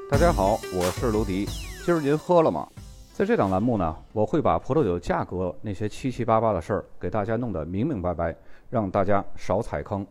大家好，我是卢迪。今儿您喝了吗？在这档栏目呢，我会把葡萄酒价格那些七七八八的事儿给大家弄得明明白白，让大家少踩坑。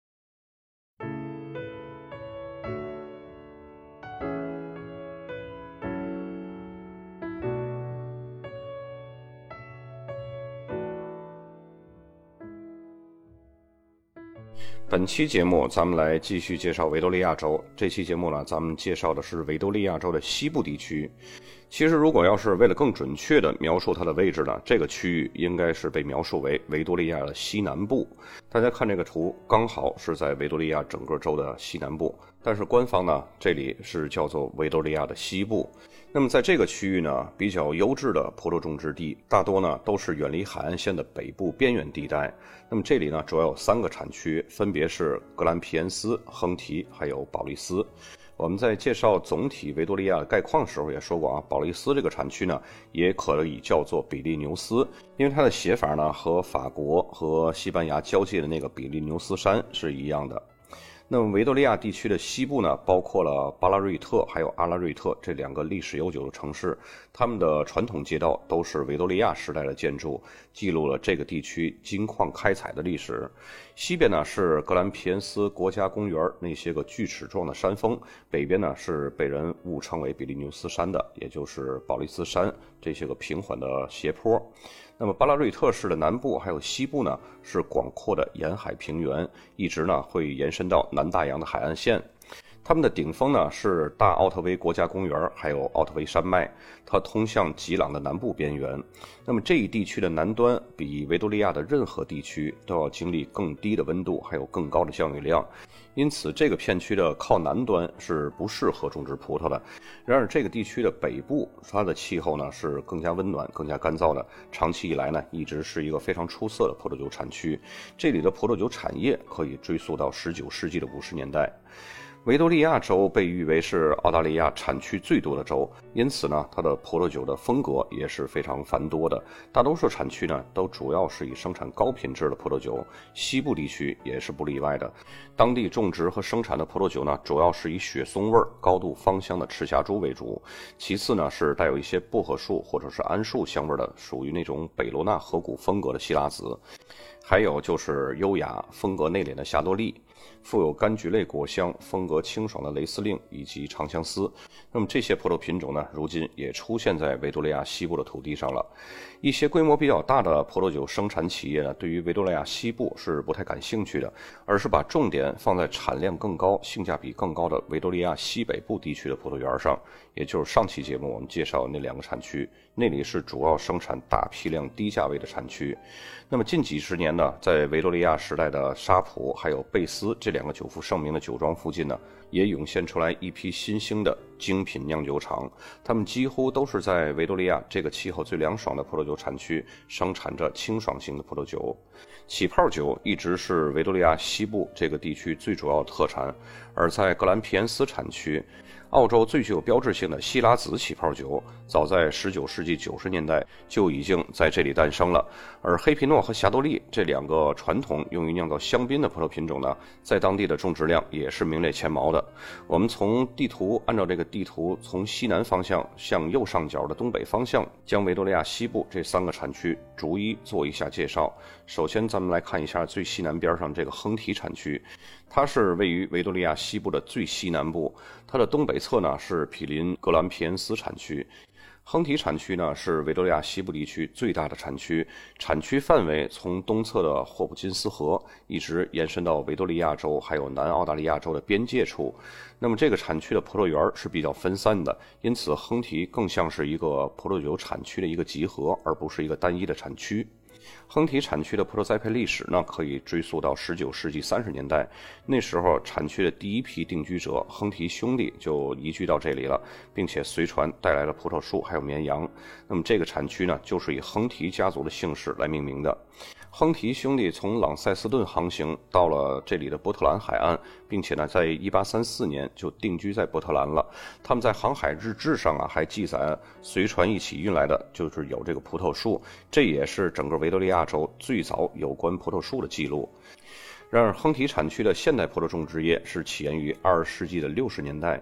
本期节目咱们来继续介绍维多利亚州。这期节目呢，咱们介绍的是维多利亚州的西部地区。其实如果要是为了更准确的描述它的位置呢，这个区域应该是被描述为维多利亚的西南部。大家看这个图，刚好是在维多利亚整个州的西南部，但是官方呢，这里是叫做维多利亚的西部。那么在这个区域呢，比较优质的葡萄种植地大多呢都是远离海岸线的北部边缘地带。那么这里呢主要有3个产区，分别是格兰皮恩斯、亨提还有保利斯。我们在介绍总体维多利亚的概况的时候也说过啊，保利斯这个产区呢也可以叫做比利牛斯，因为它的写法呢和法国和西班牙交界的那个比利牛斯山是一样的。那么维多利亚地区的西部呢，包括了巴拉瑞特还有阿拉瑞特这2个历史悠久的城市，他们的传统街道都是维多利亚时代的建筑，记录了这个地区金矿开采的历史。西边呢是格兰皮恩斯国家公园那些个锯齿状的山峰，北边呢是被人误称为比利牛斯山的，也就是保利斯山这些个平缓的斜坡。那么巴拉瑞特市的南部还有西部呢是广阔的沿海平原，一直呢会延伸到南大洋的海岸线。它们的顶峰呢是大奥特威国家公园还有奥特威山脉，它通向吉朗的南部边缘。那么这一地区的南端比维多利亚的任何地区都要经历更低的温度还有更高的降雨量，因此这个片区的靠南端是不适合种植葡萄的。然而这个地区的北部它的气候呢是更加温暖更加干燥的，长期以来呢一直是一个非常出色的葡萄酒产区。这里的葡萄酒产业可以追溯到19世纪的50年代。维多利亚州被誉为是澳大利亚产区最多的州，因此呢，它的葡萄酒的风格也是非常繁多的。大多数产区呢，都主要是以生产高品质的葡萄酒，西部地区也是不例外的。当地种植和生产的葡萄酒呢，主要是以雪松味、高度芳香的赤霞珠为主，其次呢是带有一些薄荷树或者是桉树香味的，属于那种北罗纳河谷风格的希拉子，还有就是优雅、风格内敛的夏多利。富有柑橘类果香、风格清爽的雷司令以及长相思。那么这些葡萄品种呢，如今也出现在维多利亚西部的土地上了。一些规模比较大的葡萄酒生产企业呢，对于维多利亚西部是不太感兴趣的，而是把重点放在产量更高、性价比更高的维多利亚西北部地区的葡萄园上，也就是上期节目我们介绍那2个产区，那里是主要生产大批量低价位的产区。那么近几十年呢，在维多利亚时代的沙普还有贝斯这2个久负盛名的酒庄附近呢，也涌现出来一批新兴的精品酿酒厂，他们几乎都是在维多利亚这个气候最凉爽的葡萄酒产区生产着清爽型的葡萄酒。起泡酒一直是维多利亚西部这个地区最主要的特产，而在格兰皮恩斯产区，澳洲最具有标志性的希拉子起泡酒早在19世纪90年代就已经在这里诞生了。而黑皮诺和霞多丽这2个传统用于酿造香槟的葡萄品种呢，在当地的种植量也是名列前茅的。我们从地图按照这个地图从西南方向向右上角的东北方向，将维多利亚西部这3个产区逐一做一下介绍。首先咱们来看一下最西南边上这个亨提产区，它是位于维多利亚西部的最西南部，它的东北侧呢是毗邻格兰皮恩斯产区。亨提产区呢是维多利亚西部地区最大的产区，产区范围从东侧的霍普金斯河一直延伸到维多利亚州还有南澳大利亚州的边界处。那么这个产区的葡萄园是比较分散的，因此亨提更像是一个葡萄酒产区的一个集合，而不是一个单一的产区。亨提产区的葡萄栽培历史呢，可以追溯到19世纪30年代，那时候产区的第一批定居者亨提兄弟就移居到这里了，并且随船带来了葡萄树还有绵羊。那么这个产区呢，就是以亨提家族的姓氏来命名的。亨提兄弟从朗塞斯顿航行到了这里的波特兰海岸，并且呢，在1834年就定居在波特兰了。他们在航海日志上啊，还记载随船一起运来的就是有这个葡萄树，这也是整个维多利亚州最早有关葡萄树的记录。然而亨提产区的现代葡萄种植业是起源于20世纪的60年代，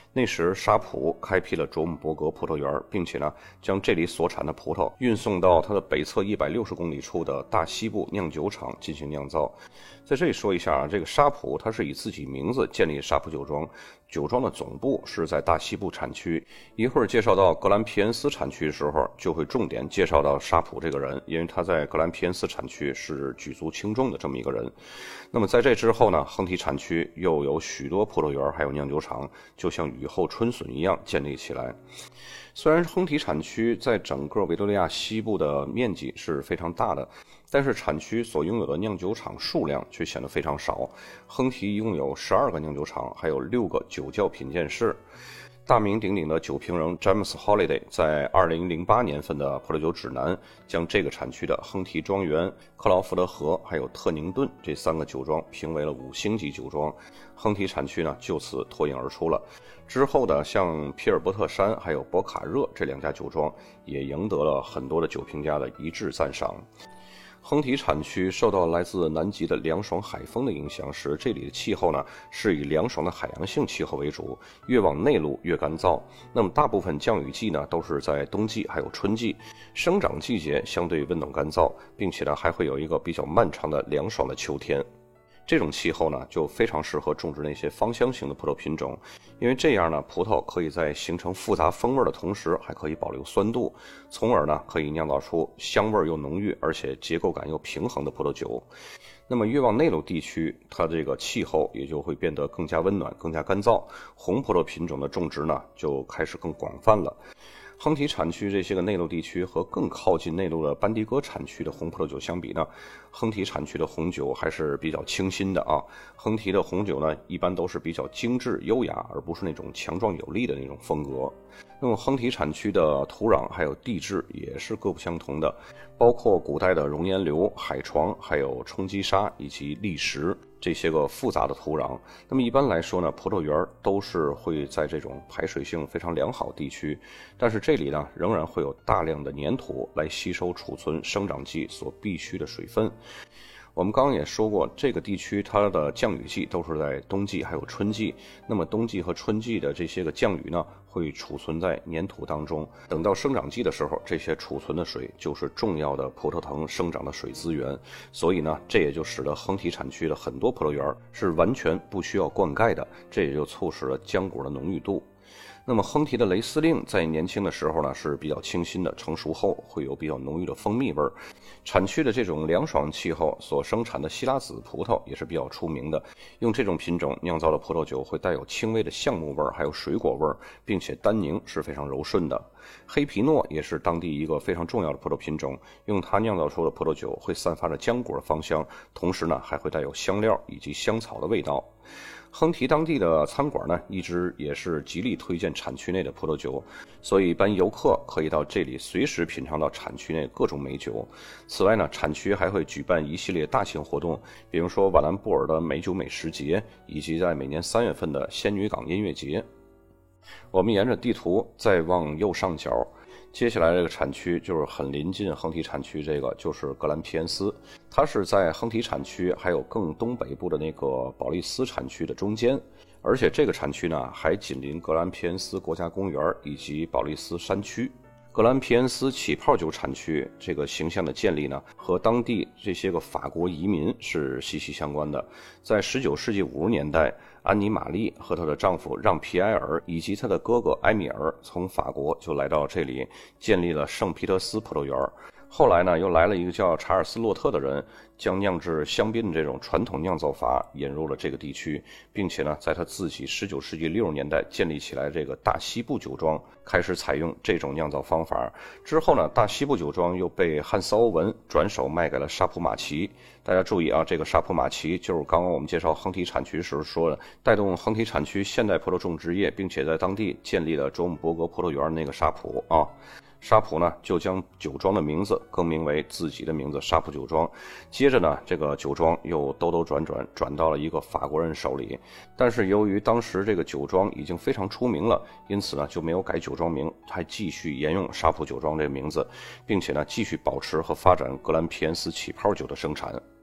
那时沙普开辟了卓姆伯格葡萄园，并且呢将这里所产的葡萄运送到它的北侧160公里处的大西部酿酒厂进行酿造。在这里说一下啊，这个沙普它是以自己名字建立沙普酒庄，酒庄的总部是在大西部产区。一会儿介绍到格兰皮恩斯产区的时候，就会重点介绍到沙普这个人，因为他在格兰皮恩斯产区是举足轻重的这么一个人。那么在这之后呢，亨提产区又有许多葡萄园还有酿酒厂，就像雨后春笋一样建立起来。虽然亨提产区在整个维多利亚西部的面积是非常大的，但是产区所拥有的酿酒厂数量却显得非常少。亨提一共有12个酿酒厂，还有6个酒窖品鉴室。大名鼎鼎的酒评人詹姆斯· Holiday 在2008年份的葡萄酒指南将这个产区的亨提庄园、克劳福德河还有特宁顿这3个酒庄评为了5星级酒庄。亨提产区呢就此脱颖而出了。之后的像皮尔波特山还有博卡热这2家酒庄也赢得了很多的酒评家的一致赞赏。亨提产区受到来自南极的凉爽海风的影响，使这里的气候呢是以凉爽的海洋性气候为主，越往内陆越干燥。那么大部分降雨季呢都是在冬季还有春季，生长季节相对温暖干燥，并且呢还会有一个比较漫长的凉爽的秋天。这种气候呢就非常适合种植那些芳香型的葡萄品种，因为这样呢葡萄可以在形成复杂风味的同时还可以保留酸度，从而呢可以酿造出香味又浓郁而且结构感又平衡的葡萄酒。那么越往内陆地区，它这个气候也就会变得更加温暖更加干燥，红葡萄品种的种植呢就开始更广泛了。亨提产区这些个内陆地区和更靠近内陆的班迪戈产区的红葡萄酒相比呢，亨提产区的红酒还是比较清新的啊。亨提的红酒呢，一般都是比较精致优雅，而不是那种强壮有力的那种风格。那么亨提产区的土壤还有地质也是各不相同的，包括古代的熔岩流、海床，还有冲积沙以及砾石这些个复杂的土壤。那么一般来说呢，葡萄园都是会在这种排水性非常良好的地区，但是这里呢仍然会有大量的粘土来吸收储存生长季所必需的水分。我们刚刚也说过，这个地区它的降雨季都是在冬季还有春季，那么冬季和春季的这些个降雨呢会储存在粘土当中，等到生长季的时候，这些储存的水就是重要的葡萄藤生长的水资源。所以呢，这也就使得亨提产区的很多葡萄园是完全不需要灌溉的，这也就促使了浆果的浓郁度。那么亨提的雷司令在年轻的时候呢是比较清新的，成熟后会有比较浓郁的蜂蜜味儿。产区的这种凉爽气候所生产的希拉子葡萄也是比较出名的，用这种品种酿造的葡萄酒会带有轻微的橡木味儿，还有水果味儿，并且单宁是非常柔顺的。黑皮诺也是当地一个非常重要的葡萄品种，用它酿造出的葡萄酒会散发着浆果的芳香，同时呢还会带有香料以及香草的味道。亨提当地的餐馆呢，一直也是极力推荐产区内的葡萄酒，所以一般游客可以到这里随时品尝到产区内各种美酒。此外呢，产区还会举办一系列大型活动，比如说瓦兰布尔的美酒美食节，以及在每年3月份的仙女港音乐节。我们沿着地图再往右上角，接下来这个产区就是很临近亨提产区，这个就是格兰皮恩斯，它是在亨提产区还有更东北部的那个保利斯产区的中间，而且这个产区呢还紧邻格兰皮恩斯国家公园以及保利斯山区。格兰皮恩斯起泡酒产区这个形象的建立呢，和当地这些个法国移民是息息相关的。在19世纪50年代，安妮·玛丽和她的丈夫让·皮埃尔以及她的哥哥埃米尔从法国就来到这里，建立了圣皮特斯葡萄园。后来呢，又来了一个叫查尔斯·洛特的人，将酿制香槟的这种传统酿造法引入了这个地区，并且呢，在他自己19世纪60年代建立起来这个大西部酒庄，开始采用这种酿造方法。之后呢，大西部酒庄又被汉斯·欧文转手卖给了沙普马奇。大家注意啊，这个沙普马奇就是刚刚我们介绍亨提产区时说的，带动亨提产区现代葡萄种植业，并且在当地建立了卓姆伯格葡萄园那个沙普啊。沙普呢就将酒庄的名字更名为自己的名字沙普酒庄，接着呢这个酒庄又兜兜转转转到了一个法国人手里，但是由于当时这个酒庄已经非常出名了，因此呢就没有改酒庄名，还继续沿用沙普酒庄这个名字，并且呢继续保持和发展格兰皮恩斯起泡酒的生产。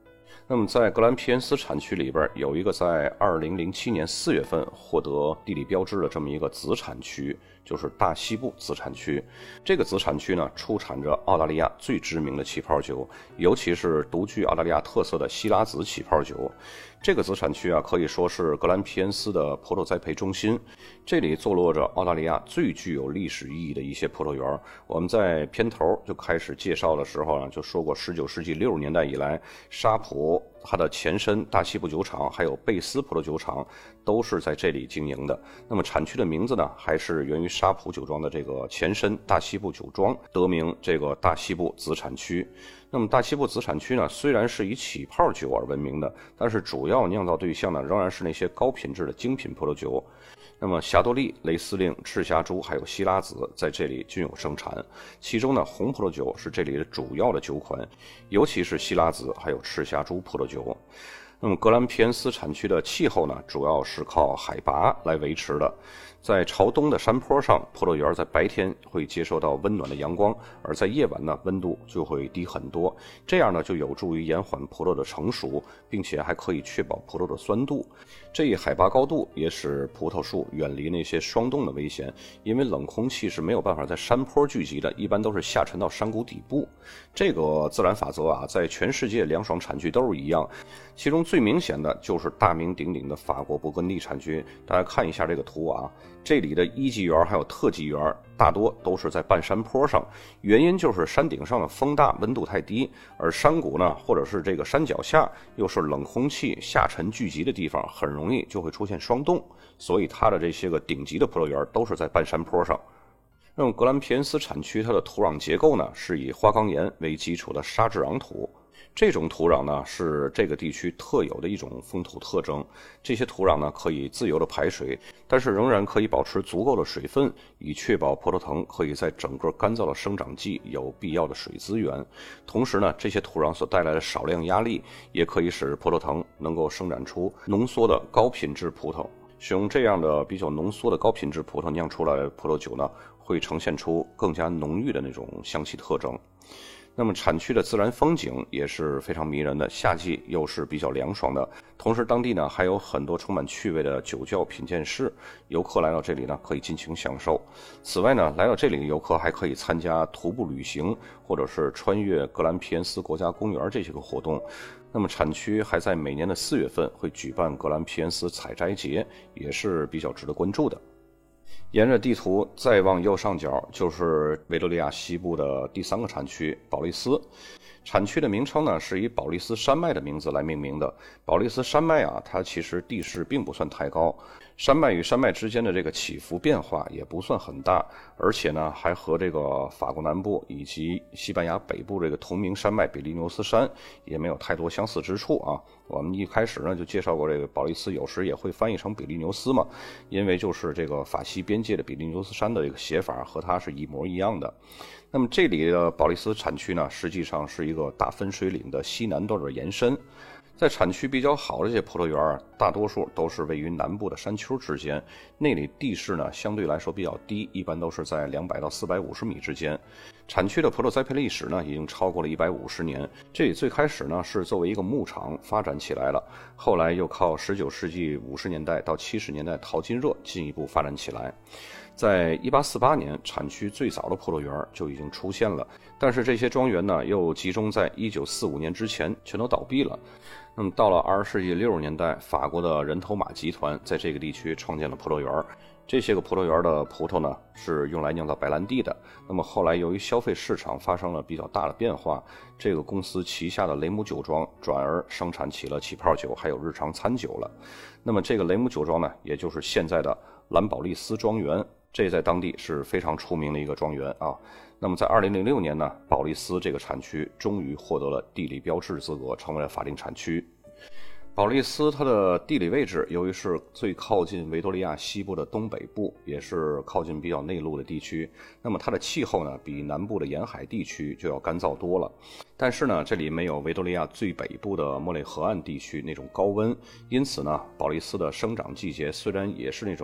那么在格兰皮恩斯产区里边，有一个在2007年4月份获得地理标志的这么一个子产区，就是大西部子产区。这个子产区呢，出产着澳大利亚最知名的起泡酒，尤其是独具澳大利亚特色的希拉子起泡酒。这个子产区啊，可以说是格兰皮恩斯的葡萄栽培中心，这里坐落着澳大利亚最具有历史意义的一些葡萄园。我们在片头就开始介绍的时候呢，就说过19世纪60年代以来，沙普它的前身大西部酒厂还有贝斯葡萄酒厂都是在这里经营的。那么产区的名字呢，还是源于沙普酒庄的这个前身大西部酒庄，得名这个大西部子产区。那么大西部子产区呢，虽然是以起泡酒而闻名的，但是主要酿造对象呢，仍然是那些高品质的精品葡萄酒。那么霞多丽、雷司令、赤霞珠还有希拉子在这里均有生产，其中呢，红葡萄酒是这里的主要的酒款，尤其是希拉子还有赤霞珠葡萄酒。那么格兰皮恩斯产区的气候呢，主要是靠海拔来维持的。在朝东的山坡上，葡萄园在白天会接受到温暖的阳光，而在夜晚呢，温度就会低很多。这样呢，就有助于延缓葡萄的成熟，并且还可以确保葡萄的酸度。这一海拔高度也使葡萄树远离那些霜冻的危险，因为冷空气是没有办法在山坡聚集的，一般都是下沉到山谷底部。这个自然法则啊，在全世界凉爽产区都是一样。其中最明显的就是大名鼎鼎的法国勃艮第产区，大家看一下这个图啊，这里的一级园还有特级园大多都是在半山坡上，原因就是山顶上的风大，温度太低，而山谷呢，或者是这个山脚下又是冷空气下沉聚集的地方，很容易就会出现霜冻，所以它的这些个顶级的葡萄园都是在半山坡上。那么格兰皮恩斯产区它的土壤结构呢，是以花岗岩为基础的沙质壤土。这种土壤呢，是这个地区特有的一种风土特征。这些土壤呢，可以自由的排水，但是仍然可以保持足够的水分，以确保葡萄藤可以在整个干燥的生长季有必要的水资源。同时呢，这些土壤所带来的少量压力，也可以使葡萄藤能够生长出浓缩的高品质葡萄。使用这样的比较浓缩的高品质葡萄酿出来的葡萄酒呢，会呈现出更加浓郁的那种香气特征。那么产区的自然风景也是非常迷人的，夏季又是比较凉爽的，同时当地呢还有很多充满趣味的酒窖品鉴室，游客来到这里呢可以尽情享受。此外呢，来到这里的游客还可以参加徒步旅行，或者是穿越格兰皮恩斯国家公园这些个活动。那么产区还在每年的4月份会举办格兰皮恩斯采摘节，也是比较值得关注的。沿着地图再往右上角就是维多利亚西部的第3个产区保利斯。产区的名称呢是以保利斯山脉的名字来命名的。保利斯山脉啊，它其实地势并不算太高，山脉与山脉之间的这个起伏变化也不算很大，而且呢还和这个法国南部以及西班牙北部这个同名山脉比利牛斯山也没有太多相似之处啊。我们一开始呢就介绍过，这个保利斯有时也会翻译成比利牛斯嘛，因为就是这个法西边界的比利牛斯山的这个写法和它是一模一样的。那么这里的保利斯产区呢，实际上是一个大分水岭的西南段的延伸。在产区比较好的这些葡萄园，大多数都是位于南部的山丘之间，那里地势呢相对来说比较低，一般都是在200到450米之间。产区的葡萄栽培历史呢已经超过了150年。这里最开始呢是作为一个牧场发展起来了，后来又靠19世纪50年代到70年代淘金热进一步发展起来。在1848年，产区最早的葡萄园就已经出现了，但是这些庄园呢又集中在1945年之前全都倒闭了。那么到了20世纪60年代，法国的人头马集团在这个地区创建了葡萄园。这些个葡萄园的葡萄呢是用来酿造白兰地的。那么后来由于消费市场发生了比较大的变化，这个公司旗下的雷姆酒庄转而生产起了起泡酒还有日常餐酒了。那么这个雷姆酒庄呢，也就是现在的兰保利斯庄园，这在当地是非常出名的一个庄园啊。那么在2006年呢，保利斯这个产区终于获得了地理标志资格，成为了法定产区。保利斯它的地理位置由于是最靠近维多利亚西部的东北部，也是靠近比较内陆的地区，那么它的气候呢比南部的沿海地区就要干燥多了。但是呢，这里没有维多利亚最北部的莫雷河岸地区那种高温，因此呢，保利斯的生长季节虽然也是那种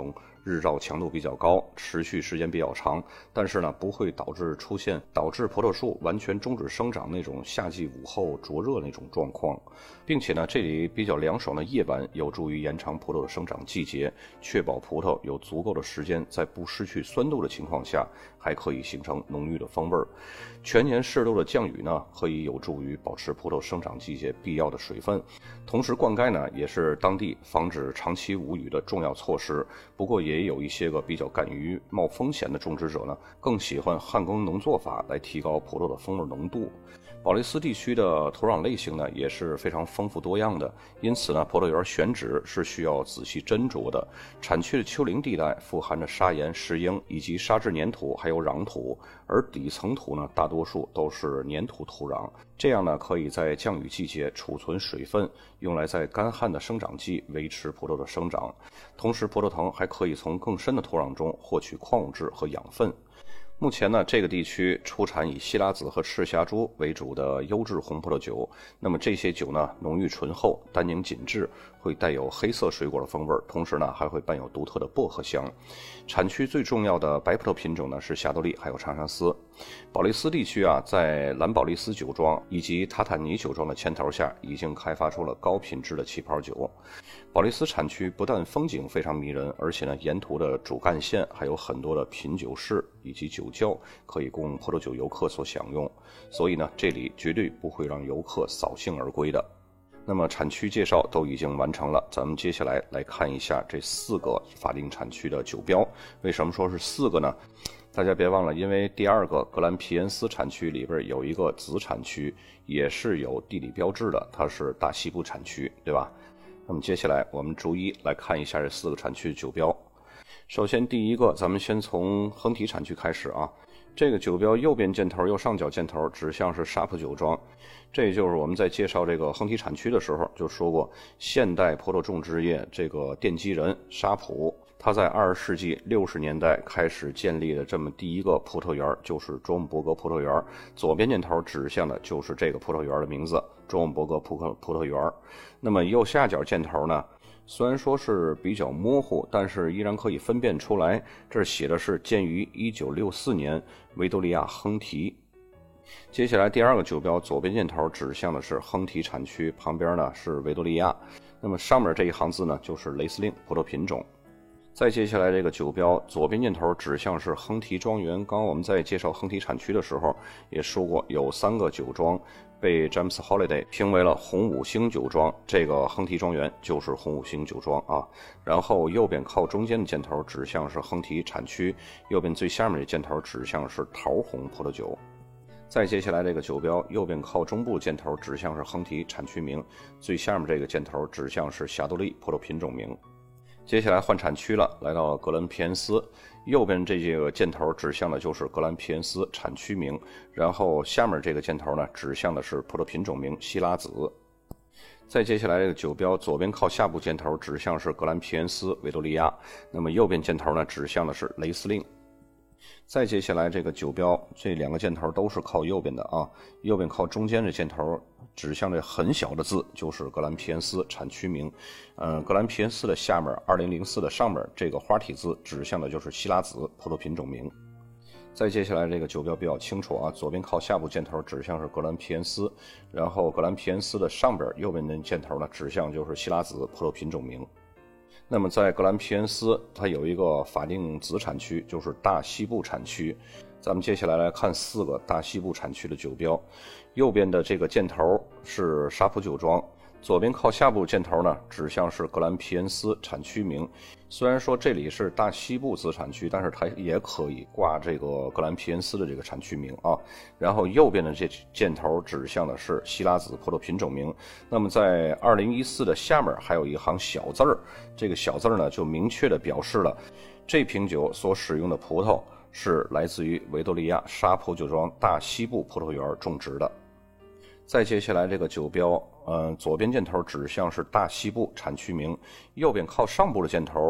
日照强度比较高，持续时间比较长，但是呢不会导致葡萄树完全终止生长那种夏季午后灼热那种状况，并且呢这里比较凉爽的夜晚有助于延长葡萄的生长季节，确保葡萄有足够的时间在不失去酸度的情况下还可以形成浓郁的风味。全年适度的降雨呢可以有助于保持葡萄生长季节必要的水分，同时灌溉呢也是当地防止长期无雨的重要措施。不过也有一些个比较敢于冒风险的种植者呢更喜欢旱耕农作法来提高葡萄的风味浓度。保利斯地区的土壤类型呢也是非常丰富多样的，因此呢葡萄园选址是需要仔细斟酌的。产区的丘陵地带富含着砂岩、石英以及砂质粘土还有壤土，而底层土呢大多数都是粘土土壤，这样呢可以在降雨季节储存水分，用来在干旱的生长季维持葡萄的生长。同时葡萄藤还可以从更深的土壤中获取矿物质和养分。目前呢，这个地区出产以西拉子和赤霞珠为主的优质红葡萄酒。那么这些酒呢，浓郁醇厚，单宁紧致，会带有黑色水果的风味，同时呢，还会伴有独特的薄荷香。产区最重要的白葡萄品种呢是霞多丽还有长沙斯。保利斯地区啊，在蓝保利斯酒庄以及塔坦尼酒庄的牵头下，已经开发出了高品质的气泡酒。保利斯产区不但风景非常迷人，而且呢，沿途的主干线还有很多的品酒室以及酒窖，可以供葡萄酒游客所享用。所以呢，这里绝对不会让游客扫兴而归的。那么产区介绍都已经完成了，咱们接下来来看一下这4个法定产区的酒标。为什么说是4个呢？大家别忘了，因为第2个格兰皮恩斯产区里边有一个子产区，也是有地理标志的，它是大西部产区，对吧？那么接下来我们逐一来看一下这4个产区的酒标。首先第一个，咱们先从亨提产区开始啊。这个酒标右边箭头右上角箭头指向是沙普酒庄，这就是我们在介绍这个亨提产区的时候就说过，现代葡萄种植业这个奠基人沙普，他在20世纪60年代开始建立的这么第一个葡萄园就是卓姆伯格葡萄园，左边箭头指向的就是这个葡萄园的名字，卓姆伯格葡萄园。那么右下角箭头呢，虽然说是比较模糊，但是依然可以分辨出来，这儿写的是建于1964年维多利亚亨提。接下来第2个酒标左边箭头指向的是亨提产区，旁边呢是维多利亚，那么上面这一行字呢就是雷司令葡萄品种。再接下来这个酒标左边箭头指向是亨提庄园，刚刚我们在介绍亨提产区的时候也说过，有3个酒庄被 James Holiday 评为了红5星酒庄，这个亨提庄园就是红5星酒庄啊。然后右边靠中间的箭头指向是亨提产区，右边最下面的箭头指向是桃红葡萄酒。再接下来这个酒标右边靠中部箭头指向是亨提产区名，最下面这个箭头指向是霞多丽葡萄品种名。接下来换产区了，来到格兰皮恩斯，右边这个箭头指向的就是格兰皮恩斯产区名，然后下面这个箭头呢指向的是葡萄品种名希拉子。再接下来这个酒标左边靠下部箭头指向是格兰皮恩斯维多利亚，那么右边箭头呢指向的是雷司令。再接下来这个酒标这2个箭头都是靠右边的啊，右边靠中间的箭头指向这很小的字就是格兰皮恩斯产区名。格兰皮恩斯的下面2004的上面这个花体字指向的就是希拉子葡萄品种名。再接下来这个酒标比较清楚啊，左边靠下部箭头指向是格兰皮恩斯，然后格兰皮恩斯的上边右边的箭头呢指向就是希拉子葡萄品种名。那么在格兰皮恩斯它有一个法定子产区，就是大西部产区。咱们接下来来看4个大西部产区的酒标，右边的这个箭头是沙普酒庄，左边靠下部箭头呢指向是格兰皮恩斯产区名。虽然说这里是大西部子产区，但是它也可以挂这个格兰皮恩斯的这个产区名啊。然后右边的这箭头指向的是希拉子葡萄品种名。那么在2014的下面还有一行小字儿，这个小字儿呢就明确的表示了这瓶酒所使用的葡萄是来自于维多利亚沙普酒庄大西部葡萄园种植的。再接下来这个酒标左边箭头指向是大西部产区名，右边靠上部的箭头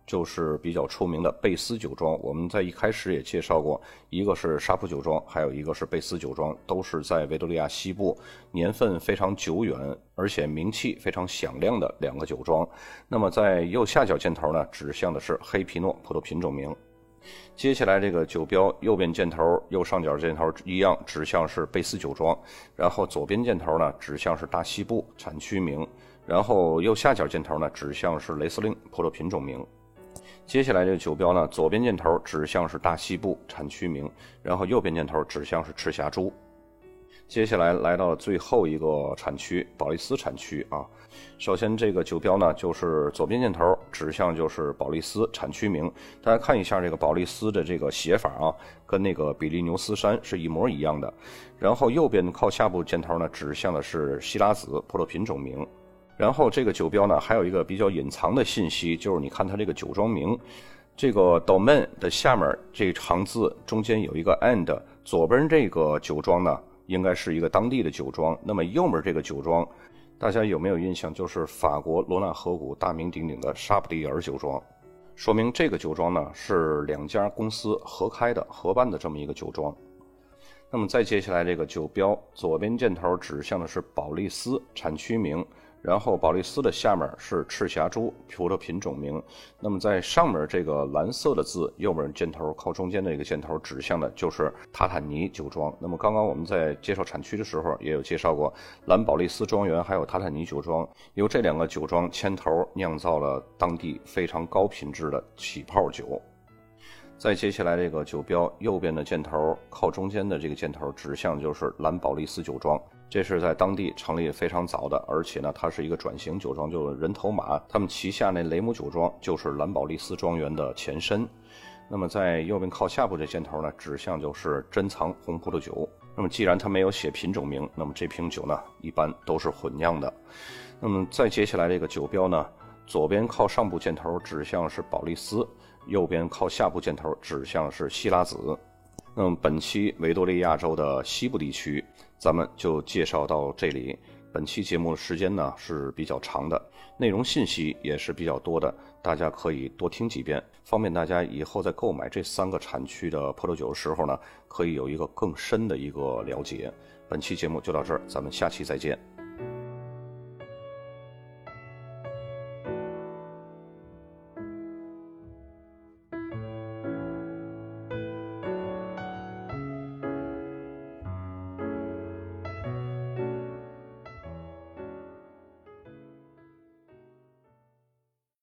就是比较出名的贝斯酒庄。我们在一开始也介绍过，一个是沙普酒庄，还有一个是贝斯酒庄，都是在维多利亚西部，年份非常久远，而且名气非常响亮的两个酒庄。那么在右下角箭头呢，指向的是黑皮诺葡萄品种名。接下来这个酒标右边箭头、右上角箭头一样指向是贝斯酒庄，然后左边箭头呢指向是大西部产区名，然后右下角箭头呢指向是雷司令葡萄品种名。接下来这个酒标呢，左边箭头指向是大西部产区名，然后右边箭头指向是赤霞珠。接下来来到了最后一个产区，保利斯产区啊。首先这个酒标呢，就是左边箭头指向就是保利斯产区名，大家看一下这个保利斯的这个写法啊，跟那个比利牛斯山是一模一样的。然后右边靠下部箭头呢，指向的是希拉子葡萄品种名。然后这个酒标呢，还有一个比较隐藏的信息，就是你看它这个酒庄名，这个 domain 的下面这行字中间有一个 and， 左边这个酒庄呢，应该是一个当地的酒庄，那么右面这个酒庄，大家有没有印象？就是法国罗纳河谷大名鼎鼎的沙普蒂尔酒庄，说明这个酒庄呢是两家公司合开的、合办的这么一个酒庄。那么再接下来这个酒标，左边箭头指向的是保利斯产区名，然后保利斯的下面是赤霞珠葡萄品种名。那么在上面这个蓝色的字，右边箭头靠中间的一个箭头指向的就是塔坦尼酒庄。那么刚刚我们在介绍产区的时候也有介绍过，蓝保利斯庄园还有塔坦尼酒庄，由这两个酒庄牵头酿造了当地非常高品质的起泡酒。再接下来这个酒标右边的箭头靠中间的这个箭头指向就是蓝保利斯酒庄，这是在当地成立非常早的，而且呢它是一个转型酒庄，就是人头马他们旗下那雷姆酒庄就是蓝保利斯庄园的前身。那么在右边靠下部这箭头呢指向就是珍藏红葡萄酒。那么既然它没有写品种名，那么这瓶酒呢一般都是混酿的。那么再接下来这个酒标呢，左边靠上部箭头指向是保利斯，右边靠下部箭头指向是希拉子。那么本期维多利亚州的西部地区咱们就介绍到这里。本期节目的时间呢是比较长的，内容信息也是比较多的，大家可以多听几遍，方便大家以后在购买这三个产区的葡萄酒的时候呢，可以有一个更深的一个了解。本期节目就到这儿，咱们下期再见。